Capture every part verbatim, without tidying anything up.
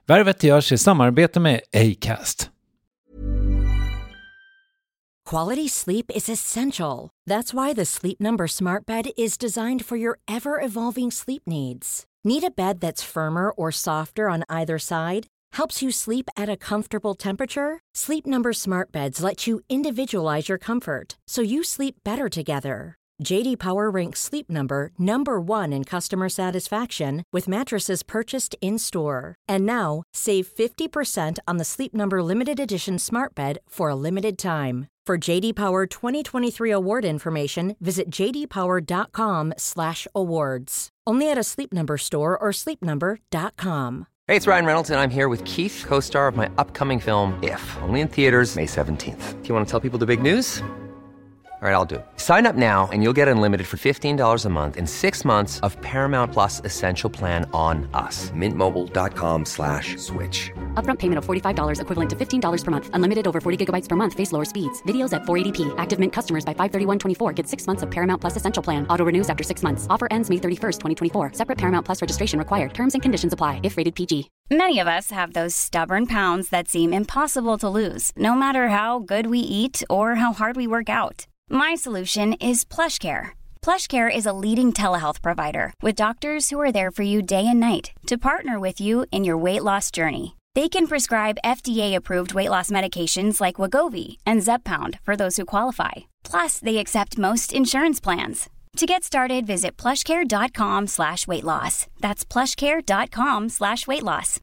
Värvet görs i samarbete med Acast. Quality sleep is essential. That's why the Sleep Number Smart Bed is designed for your ever-evolving sleep needs. Need a bed that's firmer or softer on either side? Helps you sleep at a comfortable temperature? Sleep Number Smart Beds let you individualize your comfort, so you sleep better together. J D Power ranks Sleep Number number one in customer satisfaction with mattresses purchased in-store. And now, save fifty percent on the Sleep Number Limited Edition Smart Bed for a limited time. For J D Power twenty twenty-three award information, visit j d power dot com slash awards. Only at a Sleep Number store or sleep number dot com. Hey, it's Ryan Reynolds, and I'm here with Keith, co-star of my upcoming film, If, only in theaters May seventeenth. Do you want to tell people the big news? All right, I'll do it. Sign up now and you'll get unlimited for fifteen dollars a month and six months of Paramount Plus Essential Plan on us. Mint Mobile dot com slash switch. Upfront payment of forty-five dollars equivalent to fifteen dollars per month. Unlimited over forty gigabytes per month. Face lower speeds. Videos at four eighty p. Active Mint customers by five thirty-one twenty-four get six months of Paramount Plus Essential Plan. Auto renews after six months. Offer ends May thirty-first, twenty twenty-four. Separate Paramount Plus registration required. Terms and conditions apply if rated P G. Many of us have those stubborn pounds that seem impossible to lose, no matter how good we eat or how hard we work out. My solution is PlushCare. PlushCare is a leading telehealth provider with doctors who are there for you day and night to partner with you in your weight loss journey. They can prescribe F D A-approved weight loss medications like Wegovy and Zepbound for those who qualify. Plus, they accept most insurance plans. To get started, visit plushcare.com slash weight loss. That's plushcare.com slash weight loss.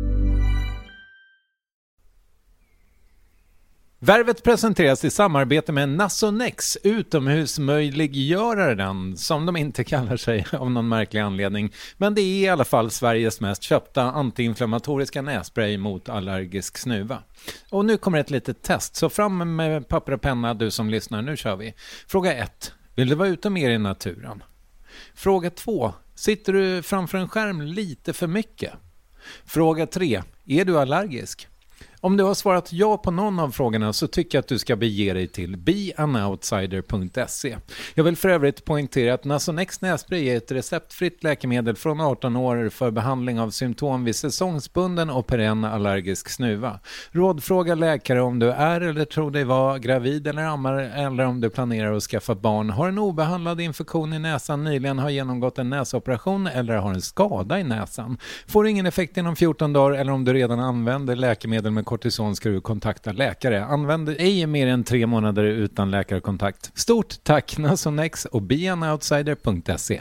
Värvet presenteras i samarbete med Nasonex, utomhusmöjliggöraren, som de inte kallar sig av någon märklig anledning. Men det är i alla fall Sveriges mest köpta antiinflammatoriska nässpray mot allergisk snuva. Och nu kommer ett litet test, så fram med papper och penna du som lyssnar, nu kör vi. Fråga ett. Vill du vara ute mer i naturen? Fråga två. Sitter du framför en skärm lite för mycket? Fråga tre. Är du allergisk? Om du har svarat ja på någon av frågorna så tycker jag att du ska bege dig till be an outsider punkt se. Jag vill för övrigt poängtera att Nasonex nässpray är ett receptfritt läkemedel från arton år för behandling av symptom vid säsongsbunden och perenn allergisk snuva. Rådfråga läkare om du är eller tror dig vara gravid eller ammar, eller om du planerar att skaffa barn, har en obehandlad infektion i näsan, nyligen har genomgått en näsoperation eller har en skada i näsan. Får ingen effekt inom fjorton dagar eller om du redan använder läkemedel med kortison ska du kontakta läkare. Använd ej mer än tre månader utan läkarkontakt. Stort tack Nasonex och be an outsider punkt se.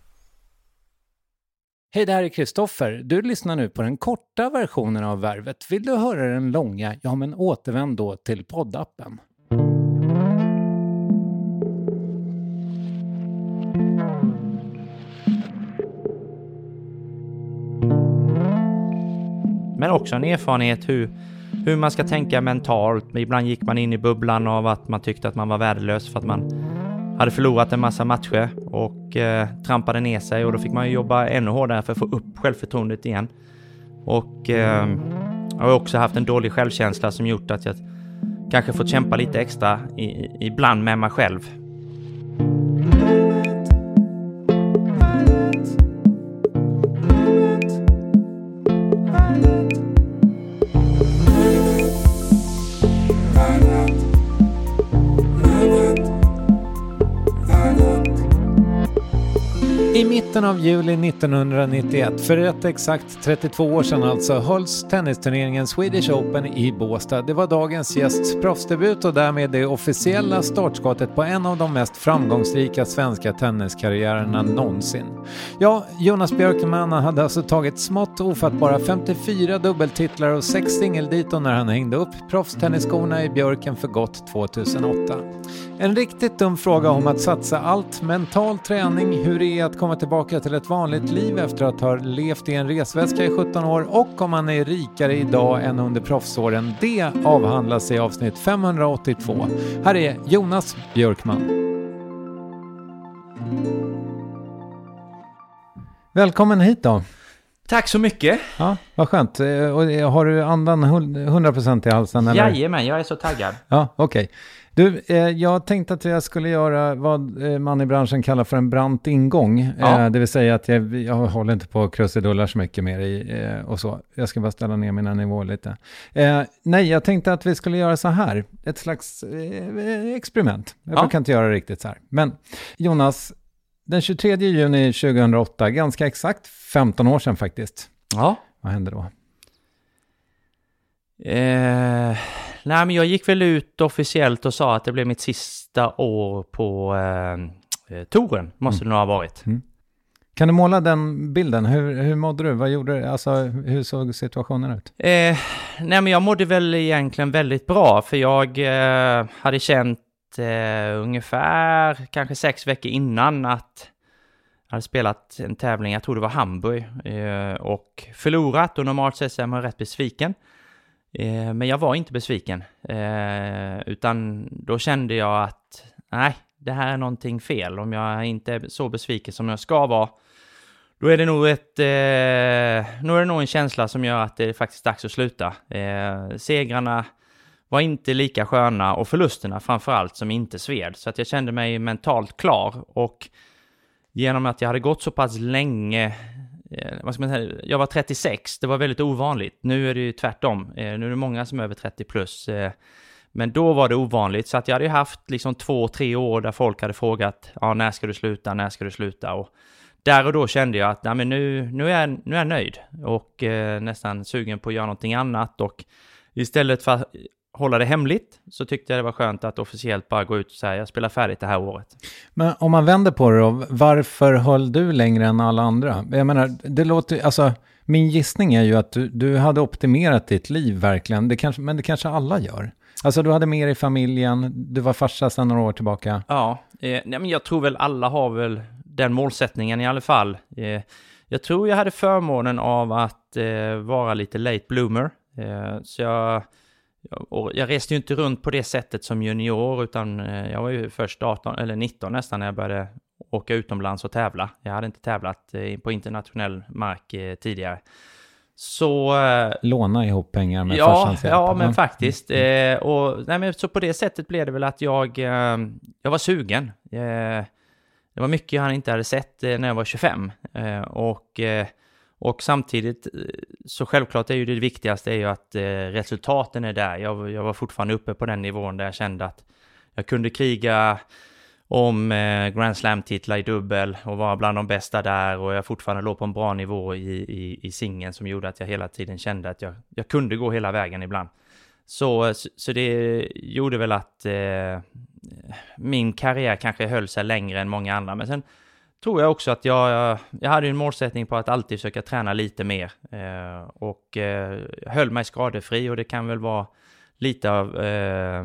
Hej, det här är Kristoffer. Du lyssnar nu på den korta versionen av Värvet. Vill du höra den långa? Ja, men återvänd då till poddappen. Men också en erfarenhet hur, hur man ska tänka mentalt. Ibland gick man in i bubblan av att man tyckte att man var värdelös för att man hade förlorat en massa matcher och eh, trampade ner sig. Och då fick man ju jobba ännu hårdare för att få upp självförtroendet igen. Och eh, jag har också haft en dålig självkänsla som gjort att jag kanske fått kämpa lite extra i, ibland med mig själv. I mitten av juli nittonhundranittioett, för rätt exakt trettiotvå år sedan alltså, hölls tennisturneringen Swedish Open i Båstad. Det var dagens gästs proffsdebut och därmed det officiella startskottet på en av de mest framgångsrika svenska tenniskarriärerna någonsin. Ja, Jonas Björkman hade alltså tagit smått ofattbara femtiofyra dubbeltitlar och sex singelditon när han hängde upp proffstennisskorna i Björken för gott tvåtusenåtta. En riktigt dum fråga om att satsa allt, mental träning, hur det är att komma tillbaka till ett vanligt liv efter att ha levt i en resväska i sjutton år och om man är rikare idag än under proffsåren. Det avhandlas i avsnitt femhundraåttiotvå. Här är Jonas Björkman. Välkommen hit då. Tack så mycket. Ja, vad skönt. Och har du andan hundra procent i halsen? Eller? Jajamän, jag är så taggad. Ja, okej. Du, eh, jag tänkte att jag skulle göra vad eh, man i branschen kallar för en brant ingång. Ja. Eh, det vill säga att jag, jag håller inte på krusidullar så mycket mer i eh, och så. Jag ska bara ställa ner mina nivåer lite. Eh, nej, jag tänkte att vi skulle göra så här. Ett slags eh, experiment. Jag Ja. brukar inte göra riktigt så här. Men Jonas, den tjugotredje juni tjugohundraåtta, ganska exakt femton år sedan faktiskt. Ja. Vad hände då? Eh, nej, men jag gick väl ut officiellt och sa att det blev mitt sista år på eh, touren. Måste mm. det nog ha varit. Mm. Kan du måla den bilden? Hur, hur mådde du? Vad gjorde du? Alltså, hur såg situationen ut? Eh, nej, men jag mådde väl egentligen väldigt bra. För jag eh, hade känt eh, ungefär kanske sex veckor innan att jag hade spelat en tävling, jag tror det var Hamburg, eh, och förlorat. Och normalt sett är man rätt besviken. Eh, men jag var inte besviken. Eh, utan då kände jag att nej, det här är någonting fel. Om jag inte är så besviken som jag ska vara, då är det nog ett, eh, nu är det nog en känsla som gör att det är faktiskt dags att sluta. Eh, segrarna var inte lika sköna och förlusterna framförallt som inte sved. Så att jag kände mig mentalt klar, och genom att jag hade gått så pass länge, eh, vad ska man säga, jag var trettiosex, det var väldigt ovanligt. Nu är det ju tvärtom, eh, nu är det många som är över trettio plus. Eh, men då var det ovanligt, så att jag hade ju haft liksom två, tre år där folk hade frågat, ja, när ska du sluta, när ska du sluta? Och där och då kände jag att nej, men nu, nu, är, jag, nu är jag nöjd och eh, nästan sugen på att göra någonting annat. Och istället för att hålla det hemligt så tyckte jag det var skönt att officiellt bara gå ut och säga jag spelar färdigt det här året. Men om man vänder på det då, varför höll du längre än alla andra? Jag menar, det låter, alltså min gissning är ju att du, du hade optimerat ditt liv verkligen, det kanske, men det kanske alla gör. Alltså du hade mer i familjen, du var farsa sedan några år tillbaka. Ja, eh, nej, men jag tror väl alla har väl den målsättningen i alla fall. Eh, jag tror jag hade förmånen av att eh, vara lite late bloomer. Eh, så jag, jag, jag reste ju inte runt på det sättet som junior, utan eh, jag var ju först arton eller nitton nästan när jag började åka utomlands och tävla. Jag hade inte tävlat eh, på internationell mark eh, tidigare. Så eh, låna ihop pengar med ja, farsans hjälp. ja, men mm. faktiskt. Eh, och, nej, men så på det sättet blev det väl att jag, eh, jag var sugen. Eh, det var mycket jag inte hade sett eh, när jag var tjugofem. Eh, och, eh, och samtidigt, så självklart är ju det viktigaste är ju att eh, resultaten är där. Jag, jag var fortfarande uppe på den nivån där jag kände att jag kunde kriga om eh, Grand Slam-titlar i dubbel och vara bland de bästa där, och jag fortfarande låg på en bra nivå i, i, i singeln som gjorde att jag hela tiden kände att jag, jag kunde gå hela vägen ibland. Så, så, så det gjorde väl att eh, min karriär kanske höll sig längre än många andra. Men sen tror jag också att jag, jag hade en målsättning på att alltid försöka träna lite mer eh, och eh, höll mig skadefri, och det kan väl vara lite av eh,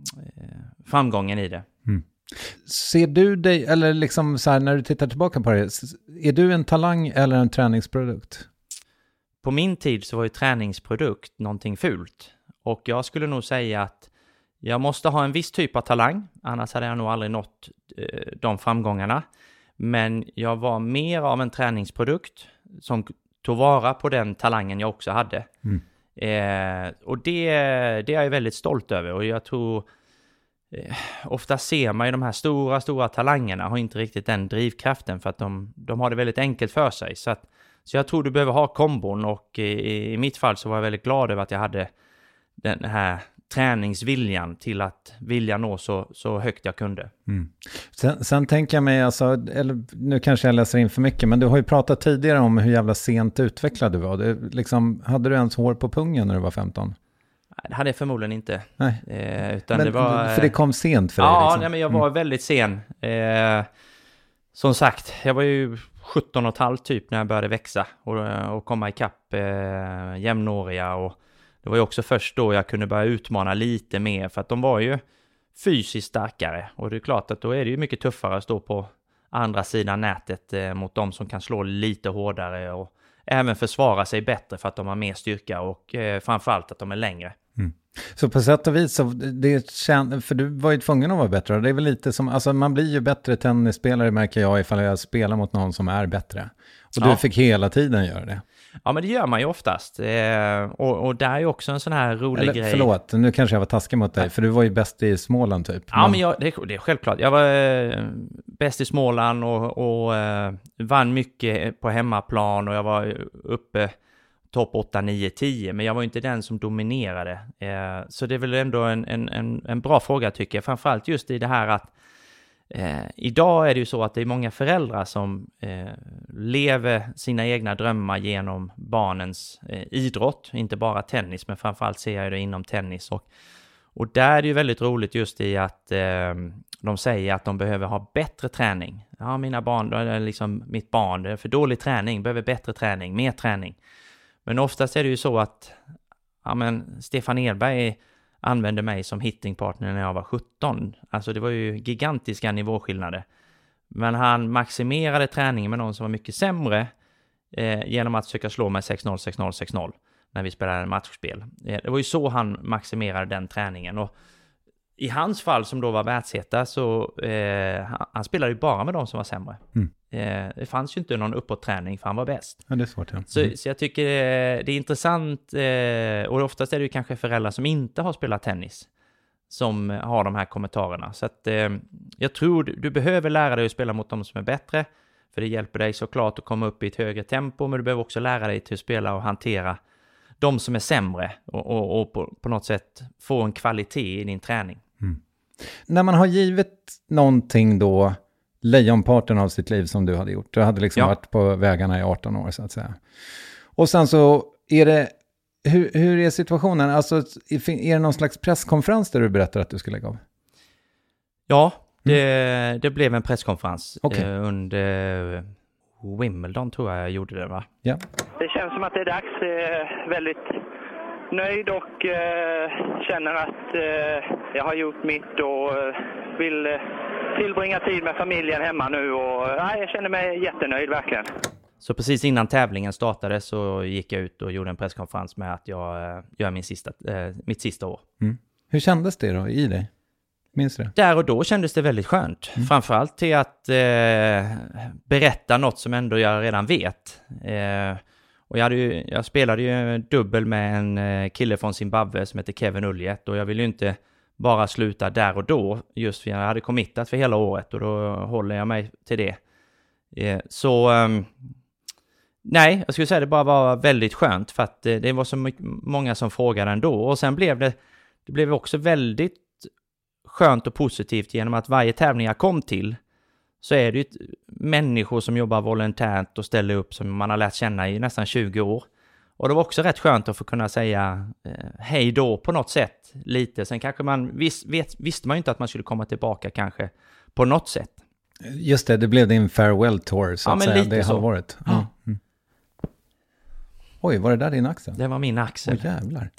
framgången i det. Mm. Ser du dig, eller liksom så här, när du tittar tillbaka på det, är du en talang eller en träningsprodukt? På min tid så var ju träningsprodukt någonting fult. Och jag skulle nog säga att jag måste ha en viss typ av talang, annars hade jag nog aldrig nått eh, de framgångarna. Men jag var mer av en träningsprodukt som tog vara på den talangen jag också hade. Mm. Eh, och det, det är jag väldigt stolt över, och jag tror Eh, ofta ser man ju de här stora, stora talangerna har inte riktigt den drivkraften, för att de, de har det väldigt enkelt för sig. Så, att, så jag tror du behöver ha kombon, och i, i mitt fall så var jag väldigt glad över att jag hade den här träningsviljan till att vilja nå så, så högt jag kunde. Mm. Sen, sen tänker jag mig, alltså, eller nu kanske jag läser in för mycket, men du har ju pratat tidigare om hur jävla sent utvecklad du var. Du, liksom, hade du ens hår på pungen när du var femton? Det hade jag förmodligen inte. Nej. Eh, utan men, det var, för det kom sent för dig? Ja, liksom. nej, men jag var mm. väldigt sen. Eh, som sagt, jag var ju sjutton och ett halvt typ när jag började växa och, och komma ikapp eh, jämnåriga. Och det var ju också först då jag kunde börja utmana lite mer, för att de var ju fysiskt starkare. Och det är klart att då är det ju mycket tuffare att stå på andra sidan nätet eh, mot de som kan slå lite hårdare och även försvara sig bättre för att de har mer styrka, och eh, framförallt att de är längre. Mm. Så på sätt och vis, så det känd, för du var ju tvungen att vara bättre. Det är väl lite som, alltså man blir ju bättre tennisspelare, märker jag, ifall jag spelar mot någon som är bättre. Och du ja. fick hela tiden göra det. Ja, men det gör man ju oftast. Eh, och, och där är ju också en sån här rolig Eller, grej. Förlåt, nu kanske jag var taskig mot dig, Nej. för du var ju bäst i Småland typ. Ja, men, men jag, det, det är självklart. Jag var eh, bäst i Småland och, och eh, vann mycket på hemmaplan och jag var uppe topp åtta, nio, tio, men jag var ju inte den som dominerade. Eh, så det är väl ändå en, en, en, en bra fråga tycker jag. Framförallt just i det här att Eh, idag är det ju så att det är många föräldrar som eh, lever sina egna drömmar genom barnens eh, idrott, inte bara tennis, men framförallt ser jag det inom tennis och, och där är det ju väldigt roligt just i att eh, de säger att de behöver ha bättre träning. Ja, mina barn, då är det liksom mitt barn, det är för dålig träning, behöver bättre träning, mer träning. Men oftast är det ju så att ja, men Stefan Edberg använde mig som hittingpartner när jag var sjutton. Alltså det var ju gigantiska nivåskillnader. Men han maximerade träningen med någon som var mycket sämre eh, genom att försöka slå mig sex noll, sex noll, sex noll när vi spelade matchspel. Eh, det var ju så han maximerade den träningen. Och i hans fall som då var världsetta så eh, han, han spelade ju bara med de som var sämre. Mm. Eh, det fanns ju inte någon uppåtträning för han var bäst. Ja, det är svårt. Ja. Mm. Så, så jag tycker det, det är intressant eh, och oftast är det ju kanske föräldrar som inte har spelat tennis som har de här kommentarerna. Så att eh, jag tror du, du behöver lära dig att spela mot de som är bättre för det hjälper dig såklart att komma upp i ett högre tempo, men du behöver också lära dig till att spela och hantera de som är sämre och, och, och på, på något sätt få en kvalitet i din träning. Mm. När man har givit någonting då lejonparten av sitt liv som du hade gjort. Du hade liksom ja. varit på vägarna i arton år så att säga. Och sen så är det, hur, hur är situationen? Alltså är det någon slags presskonferens där du berättar att du ska lägga av? Ja, det, mm. det blev en presskonferens okay. eh, under Wimbledon tror jag jag gjorde det va? Ja. Det känns som att det är dags. Jag är väldigt nöjd och eh, känner att eh, jag har gjort mitt och eh, vill eh, tillbringa tid med familjen hemma nu och nej, jag känner mig jättenöjd verkligen. Så precis innan tävlingen startade så gick jag ut och gjorde en presskonferens med att jag äh, gör min sista, äh, mitt sista år. Mm. Hur kändes det då i dig? Minns du det? Där och då kändes det väldigt skönt. Mm. Framförallt till att äh, berätta något som ändå jag redan vet. Äh, och jag, hade ju, jag spelade ju dubbel med en äh, kille från Zimbabwe som heter Kevin Uljet och jag ville ju inte bara sluta där och då, just för jag hade committat för hela året och då håller jag mig till det. Eh, så um, nej, jag skulle säga det bara var väldigt skönt för att eh, det var så mycket, många som frågade ändå. Och sen blev det, det blev också väldigt skönt och positivt genom att varje tävling jag kom till så är det ju människor som jobbar volontärt och ställer upp som man har lärt känna i nästan tjugo år. Och det var också rätt skönt att få kunna säga eh, hej då på något sätt lite. Sen kanske man vis, vet, visste man ju inte att man skulle komma tillbaka kanske på något sätt. Just det, det blev din farewell tour så ja, att men säga. Lite det så. har varit. Ja. Mm. Oj, var det där din axel? Det var min axel. Åh jävlar.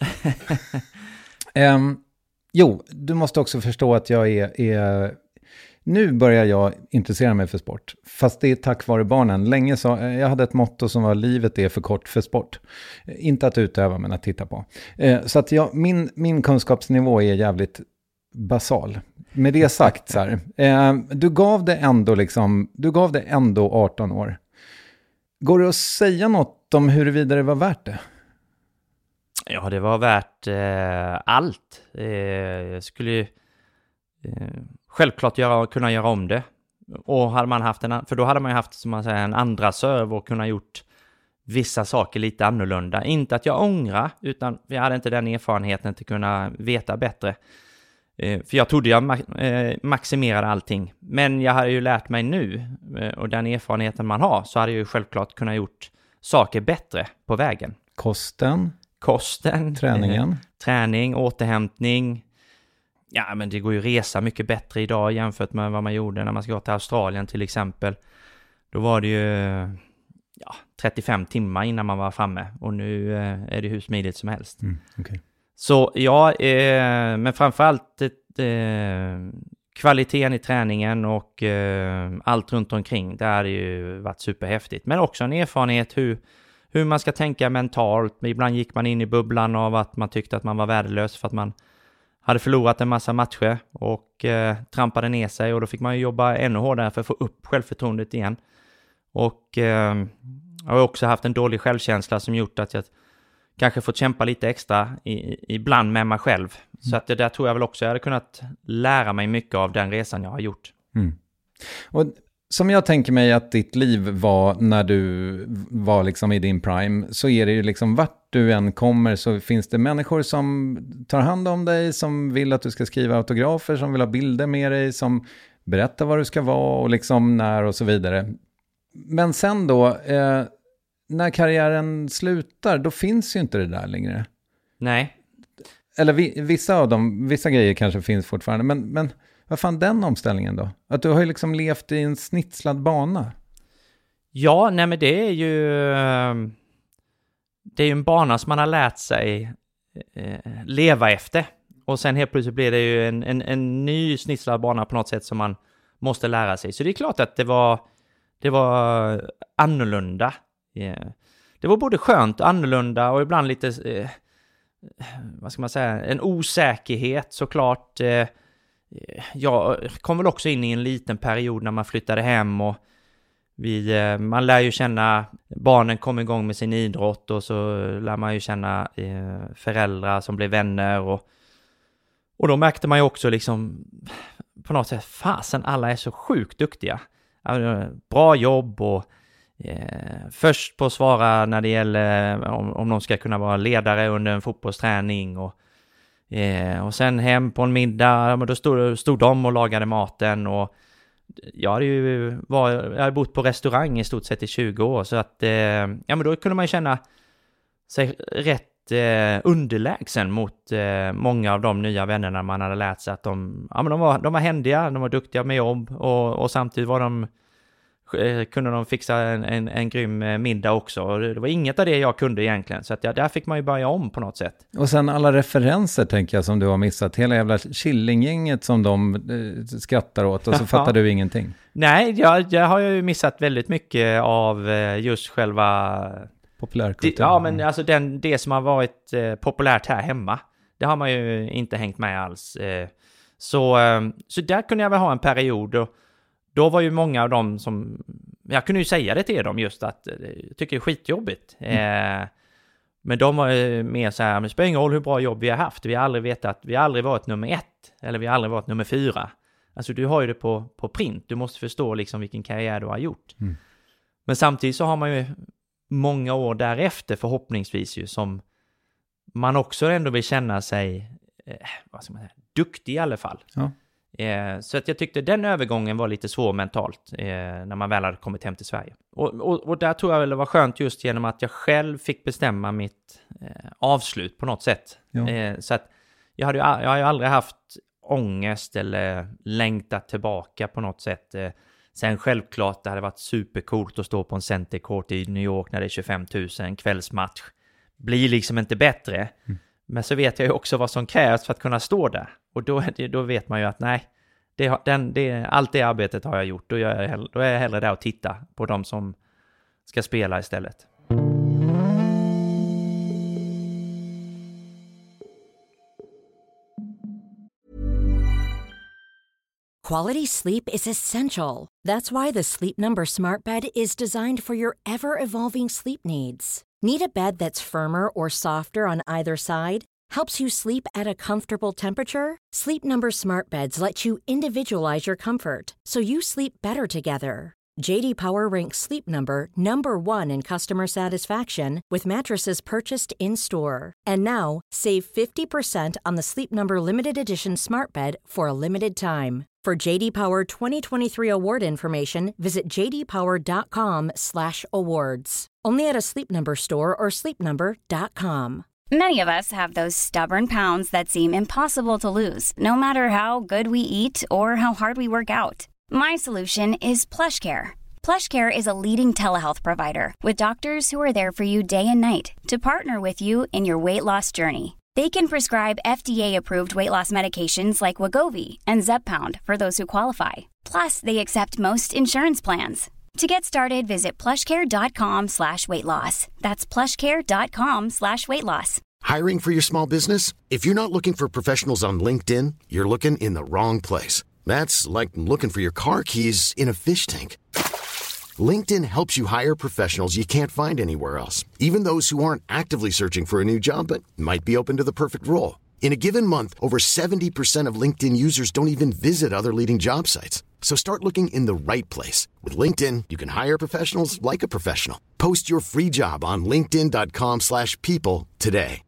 um, jo, du måste också förstå att jag är... är Nu börjar jag intressera mig för sport. Fast det är tack vare barnen. Länge så, jag hade ett motto som var livet är för kort för sport. Inte att utöva men att titta på. Eh, så att jag, min, min kunskapsnivå är jävligt basal. Med det sagt så här. Eh, du gav det ändå liksom, du gav det ändå arton år. Går det att säga något om huruvida det var värt det? Ja, det var värt eh, allt. Eh, jag skulle ju eh, självklart göra, kunna göra om det. Och hade man haft en, för då hade man ju haft som man säger, en andra serv och kunna gjort vissa saker lite annorlunda. Inte att jag ångrar, utan jag hade inte den erfarenheten till att kunna veta bättre. Eh, för jag trodde jag ma- eh, maximerade allting. Men jag hade ju lärt mig nu, eh, och den erfarenheten man har, så hade jag ju självklart kunnat gjort saker bättre på vägen. Kosten? Kosten. Träningen? Eh, träning, återhämtning. Ja, men det går ju resa mycket bättre idag jämfört med vad man gjorde när man ska gå till Australien till exempel. Då var det ju ja, trettiofem timmar innan man var framme. Och nu eh, är det hur smidigt som helst. Mm, okay. Så ja, eh, men framförallt eh, kvaliteten i träningen och eh, allt runt omkring. Det har ju varit superhäftigt. Men också en erfarenhet hur, hur man ska tänka mentalt. Ibland gick man in i bubblan av att man tyckte att man var värdelös för att man hade förlorat en massa matcher och eh, trampade ner sig. Och då fick man ju jobba ännu hårdare för att få upp självförtroendet igen. Och eh, jag har också haft en dålig självkänsla som gjort att jag kanske fått kämpa lite extra i, ibland med mig själv. Mm. Så att det där tror jag väl också jag hade kunnat lära mig mycket av den resan jag har gjort. Mm. Och som jag tänker mig att ditt liv var när du var liksom i din prime, så är det ju liksom vart du än kommer så finns det människor som tar hand om dig, som vill att du ska skriva autografer, som vill ha bilder med dig, som berättar vad du ska vara och liksom när och så vidare. Men sen då, eh, när karriären slutar, då finns ju inte det där längre. Nej. Eller vi, vissa av dem, vissa grejer kanske finns fortfarande, men, men vad fan den omställningen då? Att du har ju liksom levt i en snitslad bana. Ja, nej men det är ju det är ju en bana som man har lärt sig eh, leva efter. Och sen helt plötsligt blir det ju en, en, en ny snitslad bana på något sätt som man måste lära sig. Så det är klart att det var det var annorlunda. Yeah. Det var både skönt, annorlunda och ibland lite eh, vad ska man säga, en osäkerhet såklart. Eh, jag kom väl också in i en liten period när man flyttade hem och vi, eh, man lär ju känna, barnen kom igång med sin idrott och så lär man ju känna eh, föräldrar som blev vänner och, och då märkte man ju också liksom på något sätt, fasen alla är så sjukt duktiga. Bra jobb och Eh, först på att svara när det gäller om, om de ska kunna vara ledare under en fotbollsträning och, eh, och sen hem på en middag, men då stod, stod de och lagade maten och jag hade ju var, jag hade bott på restaurang i stort sett i tjugo år så att eh, ja men då kunde man ju känna sig rätt eh, underlägsen mot eh, många av de nya vännerna man hade lärt sig att de, ja, men de, var, de var händiga, de var duktiga med jobb och, och samtidigt var de kunde de fixa en, en, en grym middag också. Och det var inget av det jag kunde egentligen. Så att ja, där fick man ju börja om på något sätt. Och sen alla referenser tänker jag som du har missat. Hela jävla Killinggänget som de eh, skrattar åt och så fattar du ingenting. Nej, jag, jag har ju missat väldigt mycket av eh, just själva populärkultur. Ja, men alltså den, det som har varit eh, populärt här hemma. Det har man ju inte hängt med alls. Eh, så, eh, så där kunde jag väl ha en period och då var ju många av dem som, jag kunde ju säga det till dem just att jag tycker det är skitjobbigt. Mm. Eh, men de var mer så här, men det spelar ingen roll hur bra jobb vi har haft. Vi har aldrig vetat, vi har aldrig varit nummer ett. Eller vi har aldrig varit nummer fyra. Alltså du har ju det på, på print. Du måste förstå liksom vilken karriär du har gjort. Mm. Men samtidigt så har man ju många år därefter förhoppningsvis ju som man också ändå vill känna sig, eh, vad ska man säga, duktig i alla fall. Ja. Eh, så att jag tyckte den övergången var lite svår mentalt eh, när man väl hade kommit hem till Sverige. Och, och, och där tror jag väl det var skönt just genom att jag själv fick bestämma mitt eh, avslut på något sätt. Ja. Eh, så att jag, hade ju, jag har ju aldrig haft ångest eller längtat tillbaka på något sätt. Eh, sen självklart det hade varit supercoolt att stå på en center court i New York när det är tjugofem tusen kvällsmatch. Blir liksom inte bättre. Mm. Men så vet jag ju också vad som krävs för att kunna stå där. Och då, då vet man ju att nej, det, den, det, allt det arbetet har jag gjort. Då, gör jag, då är jag hellre där och titta på de som ska spela istället. Quality sleep is essential. That's why the Sleep Number Smart Bed is designed for your ever-evolving sleep needs. Need a bed that's firmer or softer on either side? Helps you sleep at a comfortable temperature? Sleep Number Smart Beds let you individualize your comfort so you sleep better together. J D Power ranks Sleep Number number one in customer satisfaction with mattresses purchased in-store. And now, save fifty percent on the Sleep Number Limited Edition Smart Bed for a limited time. For J D Power twenty twenty-three award information, visit j d power dot com slash awards. Only at a Sleep Number store or sleep number dot com. Many of us have those stubborn pounds that seem impossible to lose, no matter how good we eat or how hard we work out. My solution is PlushCare. PlushCare is a leading telehealth provider with doctors who are there for you day and night to partner with you in your weight loss journey. They can prescribe F D A-approved weight loss medications like Wegovy and Zepbound for those who qualify. Plus, they accept most insurance plans. To get started, visit plushcare.com slash weight loss. That's plushcare.com slash weight loss. Hiring for your small business? If you're not looking for professionals on LinkedIn, you're looking in the wrong place. That's like looking for your car keys in a fish tank. LinkedIn helps you hire professionals you can't find anywhere else, even those who aren't actively searching for a new job but might be open to the perfect role. In a given month, over seventy percent of LinkedIn users don't even visit other leading job sites. So start looking in the right place. With LinkedIn, you can hire professionals like a professional. Post your free job on linkedin dot com slash people today.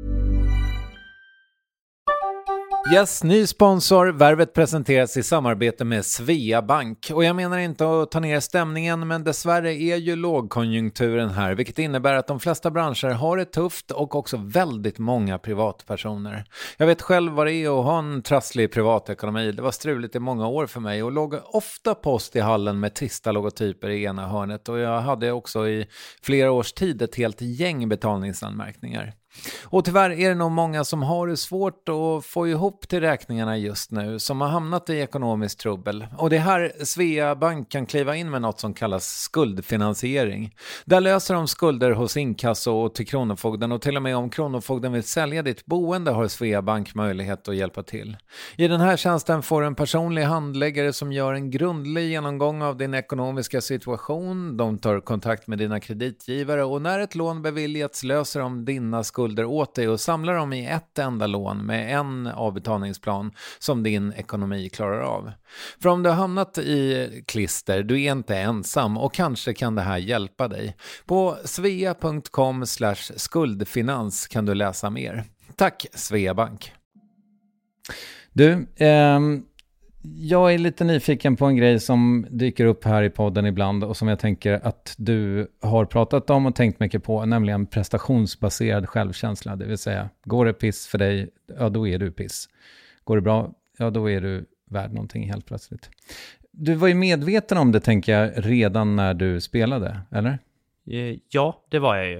Yes, ny sponsor. Värvet presenteras i samarbete med Svea Bank. Och jag menar inte att ta ner stämningen, men dessvärre är ju lågkonjunkturen här, vilket innebär att de flesta branscher har det tufft och också väldigt många privatpersoner. Jag vet själv vad det är att ha en trasslig privatekonomi. Det var struligt i många år för mig och låg ofta post i hallen med trista logotyper i ena hörnet. Och jag hade också i flera års tid ett helt gäng betalningsanmärkningar. Och tyvärr är det nog många som har det svårt att få ihop till räkningarna just nu, som har hamnat i ekonomisk trubbel. Och det här Svea Bank kan kliva in med något som kallas skuldfinansiering. Där löser de skulder hos inkasso och till Kronofogden, och till och med om Kronofogden vill sälja ditt boende har Svea Bank möjlighet att hjälpa till. I den här tjänsten får du en personlig handläggare som gör en grundlig genomgång av din ekonomiska situation. De tar kontakt med dina kreditgivare och när ett lån beviljats löser de dina skulder åt dig och samlar dem i ett enda lån med en avbetalningsplan som din ekonomi klarar av. För om du har hamnat i klister, du är inte ensam och kanske kan det här hjälpa dig. På svea punkt com slash skuldfinans kan du läsa mer. Tack Svea Bank. Du, ehm... jag är lite nyfiken på en grej som dyker upp här i podden ibland och som jag tänker att du har pratat om och tänkt mycket på, nämligen prestationsbaserad självkänsla. Det vill säga, går det piss för dig, ja då är du piss. Går det bra, ja då är du värd någonting helt plötsligt. Du var ju medveten om det, tänker jag, redan när du spelade, eller? Ja, det var jag ju.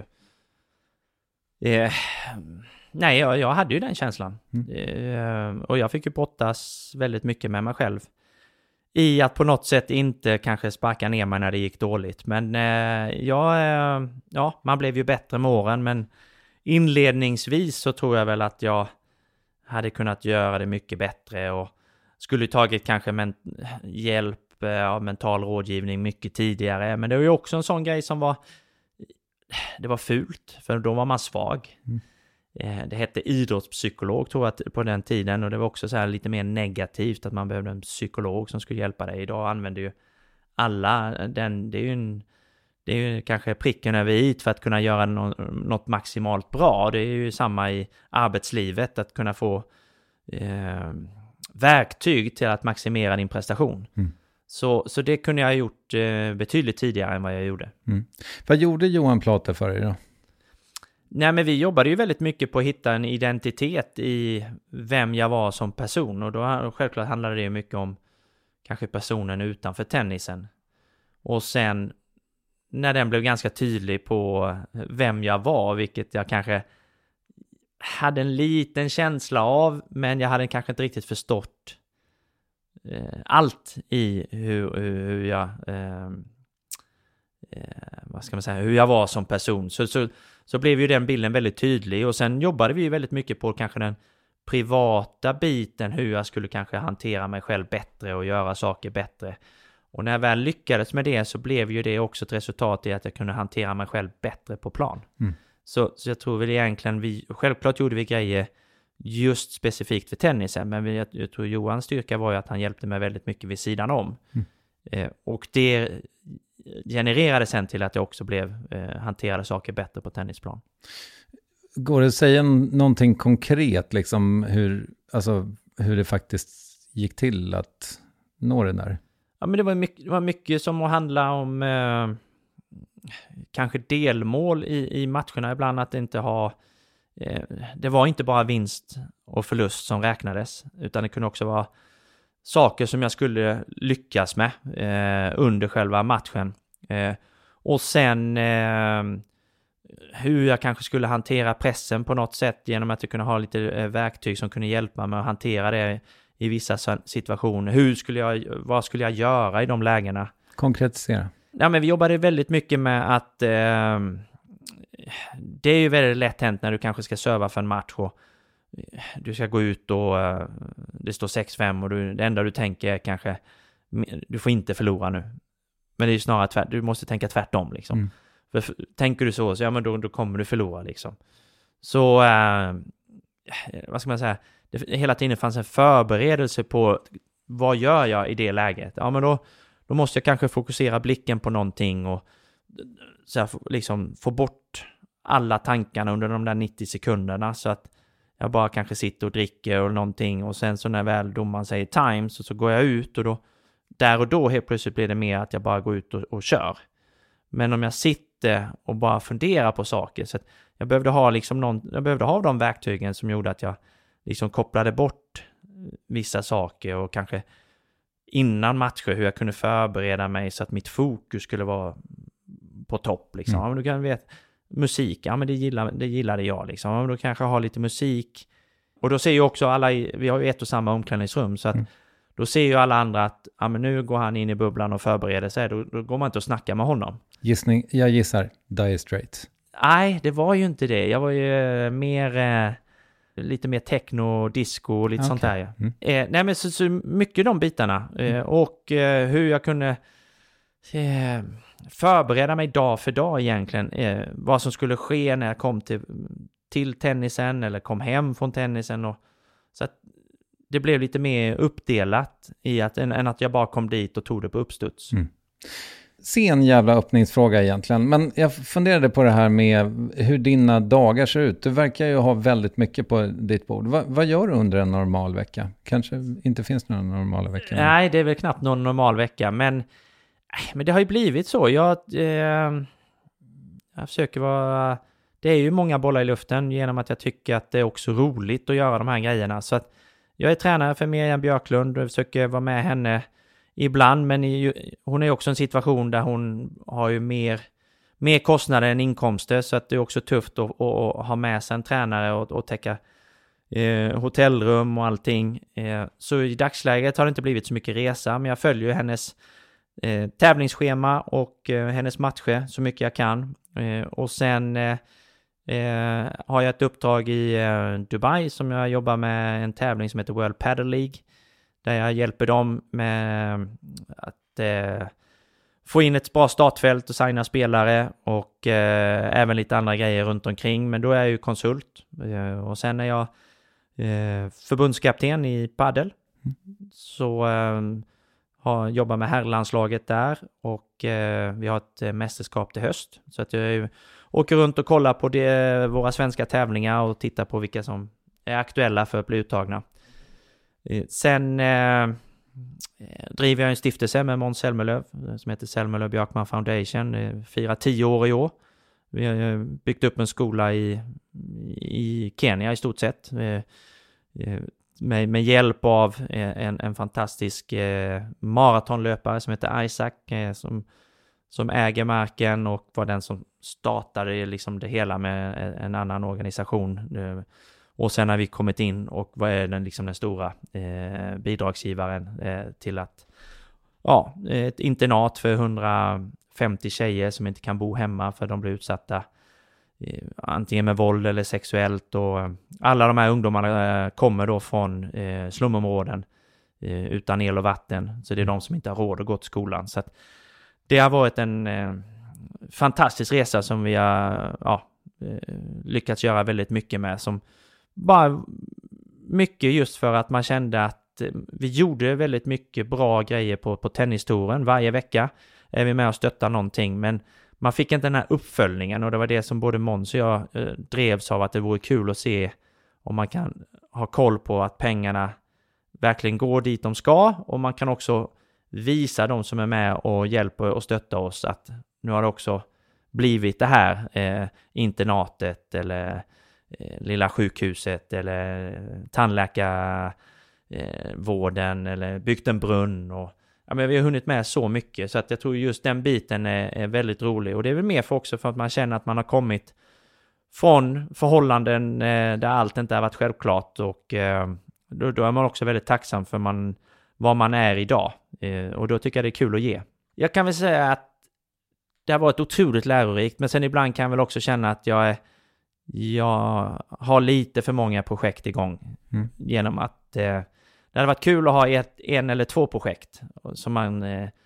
Eh, nej, jag, jag hade ju den känslan. Mm. Eh, och jag fick ju brottas väldigt mycket med mig själv. I att på något sätt inte kanske sparka ner mig när det gick dåligt. Men eh, ja, eh, ja, man blev ju bättre med åren. Men inledningsvis så tror jag väl att jag hade kunnat göra det mycket bättre. Och skulle tagit kanske men- hjälp eh, av mental rådgivning mycket tidigare. Men det var ju också en sån grej som var... Det var fult, för då var man svag. Mm. Eh, det hette idrottspsykolog, tror jag, på den tiden. Och det var också så här lite mer negativt att man behövde en psykolog som skulle hjälpa dig. Idag använder ju alla den. Det är ju, en, det är ju kanske pricken över i för att kunna göra no, något maximalt bra. Det är ju samma i arbetslivet, att kunna få eh, verktyg till att maximera din prestation. Mm. Så, så det kunde jag ha gjort eh, betydligt tidigare än vad jag gjorde. Mm. Vad gjorde Johan Plate för dig då? Nej, men vi jobbade ju väldigt mycket på att hitta en identitet i vem jag var som person. Och då självklart handlade det ju mycket om kanske personen utanför tennisen. Och sen när den blev ganska tydlig på vem jag var, vilket jag kanske hade en liten känsla av, men jag hade kanske inte riktigt förstått allt i hur, hur jag eh, eh, vad ska man säga, hur jag var som person, så, så, så blev ju den bilden väldigt tydlig. Och sen jobbade vi väldigt mycket på kanske den privata biten, hur jag skulle kanske hantera mig själv bättre och göra saker bättre. Och när jag väl lyckades med det så blev ju det också ett resultat i att jag kunde hantera mig själv bättre på plan. Mm. Så, så jag tror väl egentligen vi, självklart gjorde vi grejer just specifikt för tennisen, men jag, jag tror Johans styrka var ju att han hjälpte mig väldigt mycket vid sidan om. Mm. Eh, och det genererade sen till att jag också blev eh, hanterade saker bättre på tennisplan. Går det att säga någonting konkret, liksom hur, alltså, hur det faktiskt gick till att nå det där? Ja, men det var mycket, det var mycket som att handla om eh, kanske delmål i, i matcherna ibland, att inte ha eh, det var inte bara vinst och förlust som räknades, utan det kunde också vara saker som jag skulle lyckas med eh, under själva matchen. Eh, och sen eh, hur jag kanske skulle hantera pressen på något sätt genom att jag kunde ha lite eh, verktyg som kunde hjälpa mig att hantera det i vissa situationer. Hur skulle jag, vad skulle jag göra i de lägena? Konkretisera. Ja, men vi jobbade väldigt mycket med att eh, det är ju väldigt lätt hänt när du kanske ska serva för en match och du ska gå ut och uh, det står sex fem och du, det enda du tänker är kanske du får inte förlora nu. Men det är ju snarare tvärt, du måste tänka tvärtom liksom. Mm. För, för tänker du så, så ja, men då, då kommer du förlora liksom. Så eh, vad ska man säga, det, hela tiden fanns en förberedelse på vad gör jag i det läget. Ja, men då, då måste jag kanske fokusera blicken på någonting och så här, liksom få bort alla tankarna under de där nittio sekunderna så att jag bara kanske sitter och dricker och någonting, och sen så när väl domaren säger time så, så går jag ut, och då där och då helt plötsligt blir det mer att jag bara går ut och, och kör. Men om jag sitter och bara funderar på saker, så att jag behövde ha liksom någon, jag behövde ha de verktygen som gjorde att jag liksom kopplade bort vissa saker, och kanske innan matcher hur jag kunde förbereda mig så att mitt fokus skulle vara på topp liksom. Mm. Ja, men du kan veta musik, ja men det gillar, det gillade jag liksom. Ja, men då kanske ha lite musik. Och då ser ju också alla, vi har ju ett och samma omklädningsrum, så att mm. då ser ju alla andra att ja, men nu går han in i bubblan och förbereder sig. Då, då går man inte och snackar med honom. Gissning, jag gissar Dire Straits. Nej, det var ju inte det. Jag var ju mer eh, lite mer techno, disco och lite okay. sånt där. Ja. Mm. Eh, nej men så, så mycket de bitarna. Eh, mm. Och eh, hur jag kunde eh, förbereda mig dag för dag egentligen. Eh, vad som skulle ske när jag kom till, till tennisen eller kom hem från tennisen. Och, så att det blev lite mer uppdelat i att, än, än att jag bara kom dit och tog det på uppstuds. Mm. Sen jävla öppningsfråga egentligen. Men jag funderade på det här med hur dina dagar ser ut. Du verkar ju ha väldigt mycket på ditt bord. Va, vad gör du under en normal vecka? Kanske inte finns några normala veckor. Nej, det är väl knappt någon normal vecka. Men, men det har ju blivit så. Jag, eh, jag försöker vara... Det är ju många bollar i luften genom att jag tycker att det är också roligt att göra de här grejerna. Så att jag är tränare för Miriam Björklund och försöker vara med henne ibland, men i, hon är också en situation där hon har ju mer, mer kostnader än inkomster, så att det är också tufft att, att ha med sig en tränare och, och täcka eh, hotellrum och allting. Eh, så i dagsläget har det inte blivit så mycket resa, men jag följer hennes eh, tävlingsschema och eh, hennes matcher så mycket jag kan. Eh, och sen eh, eh, har jag ett uppdrag i eh, Dubai som jag jobbar med, en tävling som heter World Padel League, där jag hjälper dem med att eh, få in ett bra startfält och signa spelare och eh, även lite andra grejer runt omkring. Men då är jag ju konsult. Eh, och sen är jag eh, förbundskapten i padel. Mm. Så eh, har, jobbar med herrlandslaget där. Och eh, vi har ett eh, mästerskap till höst. Så att jag eh, åker runt och kollar på det, våra svenska tävlingar och tittar på vilka som är aktuella för att bli uttagna. Sen eh, driver jag en stiftelse med Måns Zelmerlöw som heter Zelmerlöw Björkman Foundation. Det firar tio år i år. Vi har byggt upp en skola i, i Kenya i stort sett. Eh, med, med hjälp av en, en fantastisk eh, maratonlöpare som heter Isaac eh, som, som äger marken och var den som startade liksom det hela med en annan organisation. Eh, Och sen har vi kommit in och vad är den, liksom den stora eh, bidragsgivaren eh, till att ja, ett internat för hundrafemtio tjejer som inte kan bo hemma för de blir utsatta eh, antingen med våld eller sexuellt. Och alla de här ungdomarna eh, kommer då från eh, slumområden eh, utan el och vatten. Så det är de som inte har råd att gå till skolan. Så att det har varit en eh, fantastisk resa som vi har ja, eh, lyckats göra väldigt mycket med, som bara mycket just för att man kände att vi gjorde väldigt mycket bra grejer på, på tennistouren. Varje vecka är vi med och stöttar någonting, men man fick inte den här uppföljningen, och det var det som både Måns och jag eh, drevs av, att det vore kul att se om man kan ha koll på att pengarna verkligen går dit de ska, och man kan också visa de som är med och hjälper och stöttar oss att nu har det också blivit det här eh, internatet eller lilla sjukhuset eller tandläkarvården eller byggt en brunn. Och, ja, men vi har hunnit med så mycket, så att jag tror just den biten är, är väldigt rolig. Och det är väl mer för också för att man känner att man har kommit från förhållanden eh, där allt inte har varit självklart, och eh, då, då är man också väldigt tacksam för man, vad man är idag. Eh, och då tycker jag det är kul att ge. Jag kan väl säga att det har varit otroligt lärorikt, men sen ibland kan jag väl också känna att jag är Jag har lite för många projekt igång mm. genom att eh, det hade varit kul att ha ett, en eller två projekt som man eh,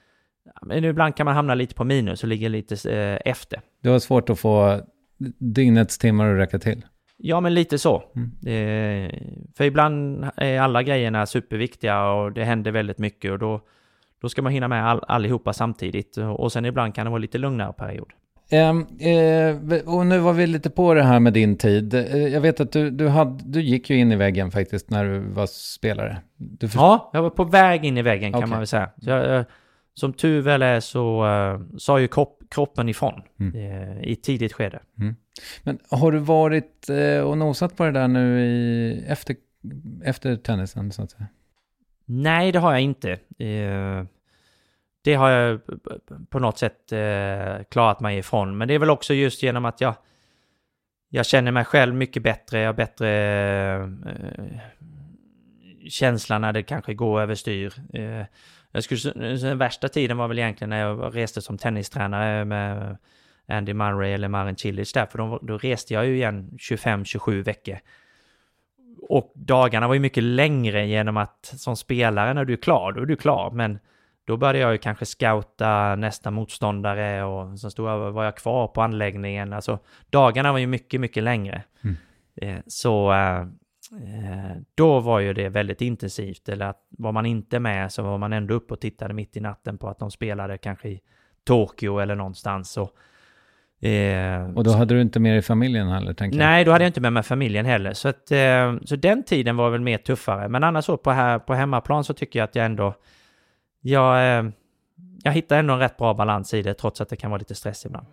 Men ibland kan man hamna lite på minus och ligga lite eh, efter. Det var svårt att få dygnets timmar att räcka till. Ja, men lite så. Mm. Eh, för ibland är alla grejerna superviktiga och det händer väldigt mycket och då, då ska man hinna med all, allihopa samtidigt. Och sen ibland kan det vara lite lugnare period. Eh, eh, och nu var vi lite på det här med din tid. Eh, jag vet att du, du, hade, du gick ju in i väggen faktiskt när du var spelare. Du först- Ja, jag var på väg in i väggen kan Okay. man väl säga. Så jag, eh, som tur väl är så uh, sa ju kropp, kroppen ifrån mm. eh, i tidigt skede. Mm. Men har du varit eh, och nosat på det där nu i, efter, efter tennisen så att säga? Nej, det har jag inte. Eh, det har jag på något sätt eh, klarat mig ifrån. Men det är väl också just genom att jag, jag känner mig själv mycket bättre. Jag har bättre eh, känsla när det kanske går överstyr. Eh, jag skulle, den värsta tiden var väl egentligen när jag reste som tennistränare med Andy Murray eller Marin Cilic där. För då, då reste jag ju igen tjugofem till tjugosju veckor. Och dagarna var ju mycket längre genom att som spelare när du är klar, då är du klar. Men då började jag ju kanske scouta nästa motståndare och så stod jag, var jag kvar på anläggningen. Alltså dagarna var ju mycket, mycket längre. Mm. Eh, så eh, då var ju det väldigt intensivt. Eller att var man inte med så var man ändå uppe och tittade mitt i natten på att de spelade kanske i Tokyo eller någonstans. Så, eh, och då hade du inte med i familjen heller, tänker jag? Nej, då hade jag inte med mig familjen heller. Så, att, eh, så den tiden var väl mer tuffare. Men annars så på, här, på hemmaplan så tycker jag att jag ändå jag, eh, jag hittar ändå en rätt bra balans i det trots att det kan vara lite stress ibland.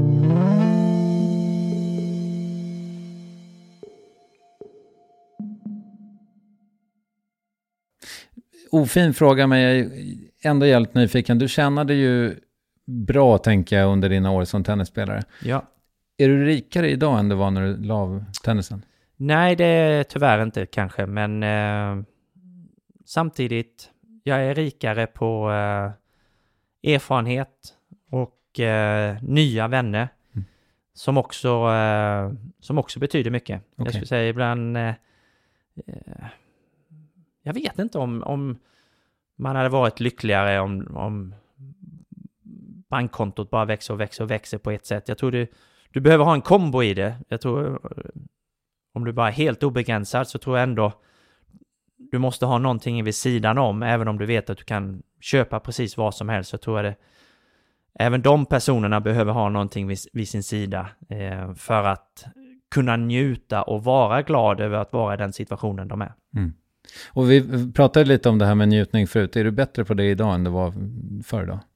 Ofin fråga, men jag är ändå jävligt nyfiken. Du tjänade ju bra, tänker jag, under dina år som tennisspelare. Ja. Är du rikare idag än du var när du la av tennisen? Nej, det är tyvärr inte kanske, men eh, samtidigt, jag är rikare på eh, erfarenhet och eh, nya vänner mm. som, också, eh, som också betyder mycket. Okay. Jag skulle säga ibland, eh, jag vet inte om, om man hade varit lyckligare om, om bankkontot bara växer och växer och växer på ett sätt. Jag tror du, du behöver ha en kombo i det. Jag tror om du bara är helt obegränsad så tror jag ändå du måste ha någonting vid sidan om, även om du vet att du kan köpa precis vad som helst. Så tror jag det, även de personerna behöver ha någonting vid, vid sin sida eh, för att kunna njuta och vara glad över att vara i den situationen de är. Mm. Och vi pratade lite om det här med njutning förut. Är du bättre på det idag än det var förr då?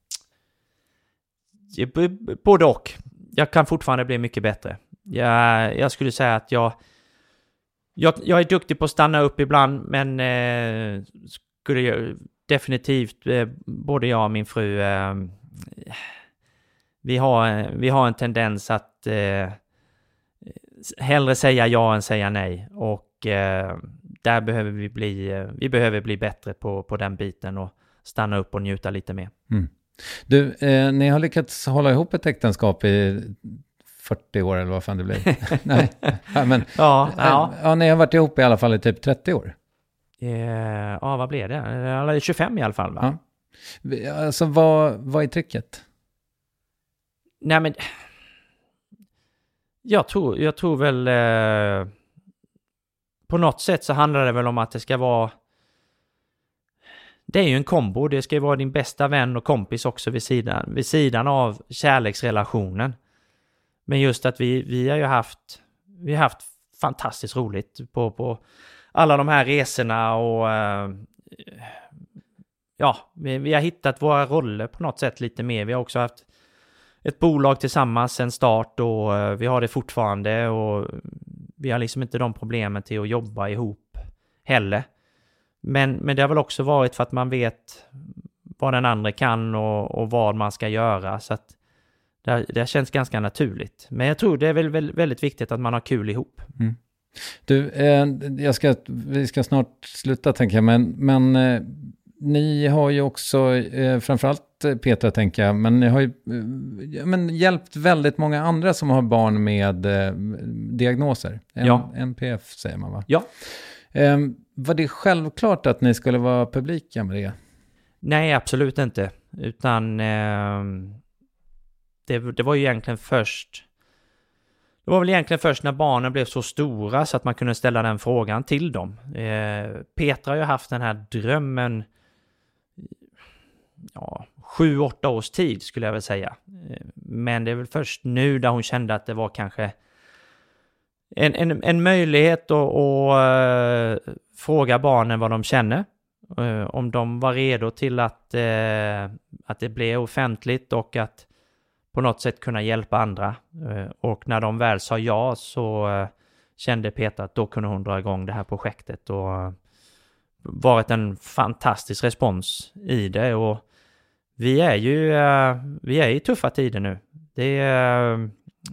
Både och. Jag kan fortfarande bli mycket bättre. Jag, jag skulle säga att jag, jag, jag är duktig på att stanna upp ibland, men eh, skulle jag, definitivt eh, både jag och min fru eh, vi, har, vi har en tendens att eh, hellre säga ja än säga nej, och eh, där behöver vi bli eh, vi behöver bli bättre på, på den biten och stanna upp och njuta lite mer. Mm. Du, eh, ni har lyckats hålla ihop ett äktenskap i fyrtio år eller vad fan det blir. Nej, ja, men ja, ja. ja, ni har varit ihop i alla fall i typ trettio år. Eh, ja, vad blev det? Eller tjugofem i alla fall, va? Ja. Alltså, vad, vad är tricket? Nej, men jag tror, jag tror väl eh, på något sätt så handlar det väl om att det ska vara, det är ju en kombo. Det ska ju vara din bästa vän och kompis också vid sidan, vid sidan av kärleksrelationen. Men just att vi, vi har ju haft, vi har haft fantastiskt roligt på, på alla de här resorna och eh, ja, vi, vi har hittat våra roller på något sätt lite mer. Vi har också haft ett bolag tillsammans sen start och eh, vi har det fortfarande och vi har liksom inte de problemen till att jobba ihop heller. Men, men det har väl också varit för att man vet vad den andra kan och, och vad man ska göra. Så att det, det känns ganska naturligt. Men jag tror det är väl, väl väldigt viktigt att man har kul ihop. Mm. Du, eh, jag ska, vi ska snart sluta tänker jag. Men, men eh, ni har ju också, eh, framförallt Petra tänker jag, men ni har ju eh, men hjälpt väldigt många andra som har barn med eh, diagnoser. En, ja. N P F säger man, va? Ja. Eh, var det självklart att ni skulle vara publika med det? Nej, absolut inte. utan eh, det, det var ju egentligen först det var väl egentligen först när barnen blev så stora så att man kunde ställa den frågan till dem. Eh, Petra har ju haft den här drömmen ja, sju, åtta års tid skulle jag väl säga. Eh, men det är väl först nu där hon kände att det var kanske en, en, en möjlighet att, att uh, fråga barnen vad de känner. Uh, om de var redo till att, uh, att det blev offentligt och att på något sätt kunna hjälpa andra. Uh, och när de väl sa ja så uh, kände Petra att då kunde hon dra igång det här projektet. Och uh, varit en fantastisk respons i det. Och vi är ju uh, vi är i tuffa tider nu. Det är... Uh,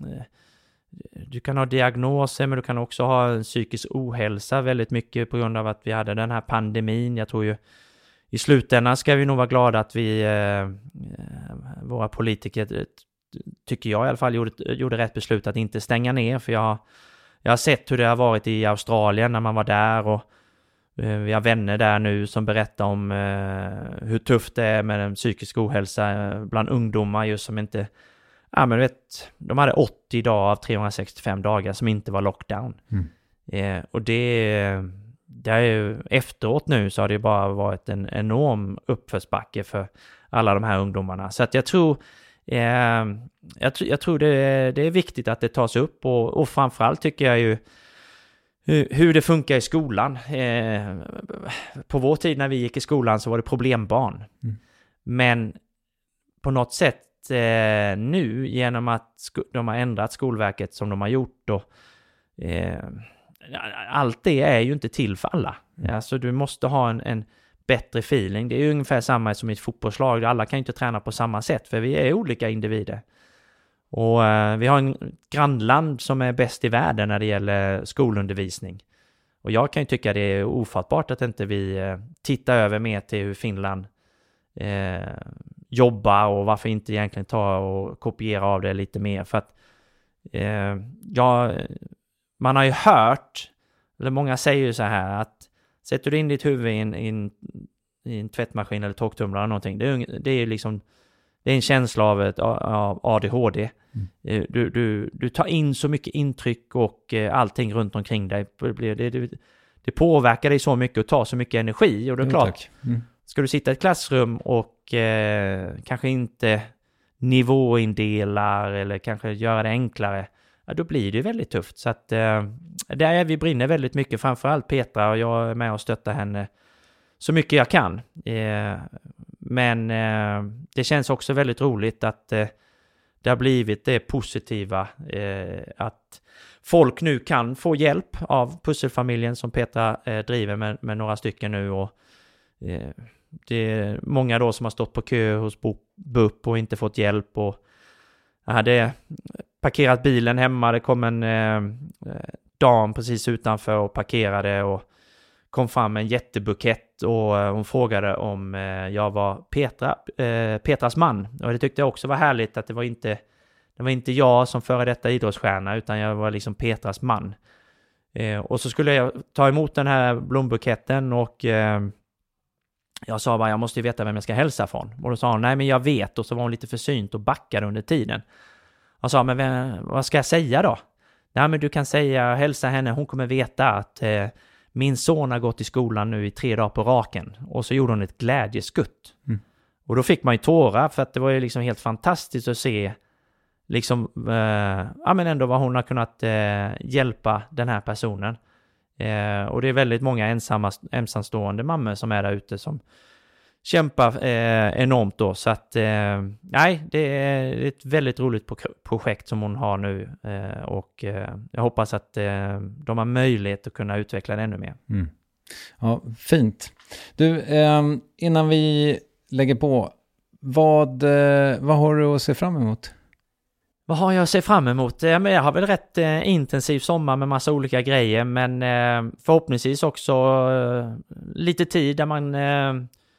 Du kan ha diagnoser, men du kan också ha psykisk ohälsa väldigt mycket på grund av att vi hade den här pandemin. Jag tror ju i slutändan ska vi nog vara glada att vi, eh, våra politiker, tycker jag i alla fall, gjorde, gjorde rätt beslut att inte stänga ner. För jag, jag har sett hur det har varit i Australien när man var där, och eh, vi har vänner där nu som berättar om eh, hur tufft det är med den psykiska ohälsa bland ungdomar just som inte... Ja, men vet, de hade åttio dagar av trehundrasextiofem dagar som inte var lockdown. Mm. Eh, och det, det är ju efteråt nu så har det bara varit en enorm uppförsbacke för alla de här ungdomarna. Så att jag tror, eh, jag, tr- jag tror det, det är viktigt att det tas upp, och, och framförallt tycker jag ju hur, hur det funkar i skolan. Eh, på vår tid när vi gick i skolan så var det problembarn. Mm. Men på något sätt Eh, nu genom att sk- de har ändrat Skolverket som de har gjort, och eh, allt det är ju inte till för alla. Mm. Alltså du måste ha en, en bättre feeling. Det är ju ungefär samma som i ett fotbollslag. Alla kan ju inte träna på samma sätt för vi är olika individer. Och eh, vi har en grannland som är bäst i världen när det gäller skolundervisning. Och jag kan ju tycka det är ofattbart att inte vi eh, tittar över mer till hur Finland eh, jobba, och varför inte egentligen ta och kopiera av det lite mer. För att eh, ja, man har ju hört, eller många säger ju så här, att sätter du in ditt huvud i en, i en, i en tvättmaskin eller torktumlare eller någonting, det är, det är liksom det är en känsla av, ett, av A D H D. Mm. Du, du, du tar in så mycket intryck och eh, allting runt omkring dig. Det, det, det påverkar dig så mycket och tar så mycket energi, och det är klart. Mm. Ska du sitta i ett klassrum och eh, kanske inte nivåindelar eller kanske göra det enklare, ja, då blir det väldigt tufft. Så att eh, där är vi brinner väldigt mycket, framförallt Petra, och jag är med och stöttar henne så mycket jag kan. Eh, men eh, det känns också väldigt roligt att eh, det har blivit det positiva, eh, att folk nu kan få hjälp av Pusselfamiljen som Petra eh, driver med, med några stycken nu, och eh, det är många då som har stått på kö hos B U P och inte fått hjälp, och jag hade parkerat bilen hemma. Det kom en eh, dam precis utanför och parkerade och kom fram med en jättebukett, och eh, hon frågade om eh, jag var Petra, eh, Petras man, och det tyckte jag också var härligt att det var inte det var inte jag som före detta idrottsstjärna, utan jag var liksom Petras man. Eh, och så skulle jag ta emot den här blombuketten, och eh, jag sa bara, jag måste ju veta vem jag ska hälsa från. Och då sa hon, nej men jag vet. Och så var hon lite försynt och backade under tiden. Jag sa, men vem, vad ska jag säga då? Nej men du kan säga, hälsa henne, hon kommer veta att eh, min son har gått i skolan nu i tre dagar på raken. Och så gjorde hon ett glädjeskutt. Mm. Och då fick man ju tårar, för att det var ju liksom helt fantastiskt att se liksom, eh, ja men ändå vad hon har kunnat eh, hjälpa den här personen. Eh, och det är väldigt många ensamma, ensamstående mammor som är där ute som kämpar eh, enormt då. Så att, eh, nej, det är ett väldigt roligt pro- projekt som hon har nu. Eh, och eh, jag hoppas att eh, de har möjlighet att kunna utveckla det ännu mer. Mm. Ja, fint. Du, eh, innan vi lägger på, vad, eh, vad har du att se fram emot? Vad har jag att se fram emot? Jag har väl rätt eh, intensiv sommar med massa olika grejer, men eh, förhoppningsvis också eh, lite tid där man eh,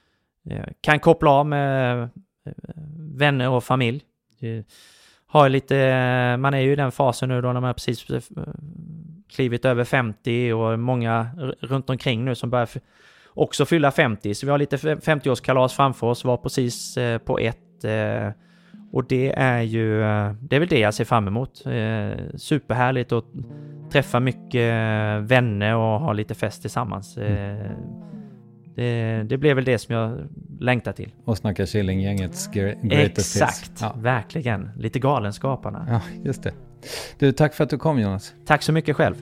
kan koppla av med eh, vänner och familj. Eh, har lite, eh, man är ju i den fasen nu då när man precis eh, klivit över femtio, och många r- runt omkring nu som börjar f- också fylla femtio. Så vi har lite femtioårskalas framför oss, var precis eh, på ett. Eh, och det är ju, det är väl det jag ser fram emot. Eh, superhärligt att träffa mycket vänner och ha lite fest tillsammans. Eh, det, det blev väl det som jag längtar till. Och snacka Killinggängets greatest Exakt, hits. Ja. Verkligen. Lite Galenskaparna. Ja, just det. Du, tack för att du kom, Jonas. Tack så mycket själv.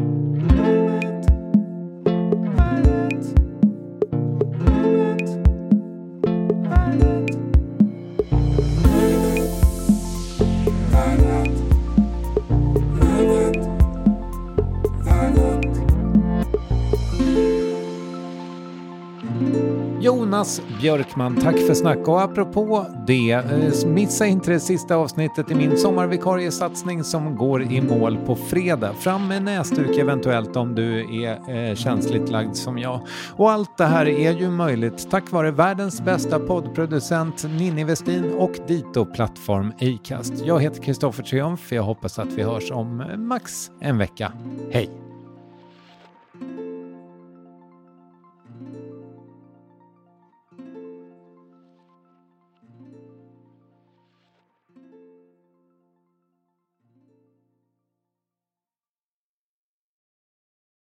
Jonas Björkman, tack för snack. Och apropå det, missa inte det sista avsnittet i min sommarvikariesatsning som går i mål på fredag. Fram med näsduk eventuellt om du är eh, känsligt lagd som jag. Och allt det här är ju möjligt tack vare världens bästa poddproducent Ninni Westin och Dito-plattform Acast. Jag heter Kristoffer Triumf. Jag hoppas att vi hörs om max en vecka. Hej!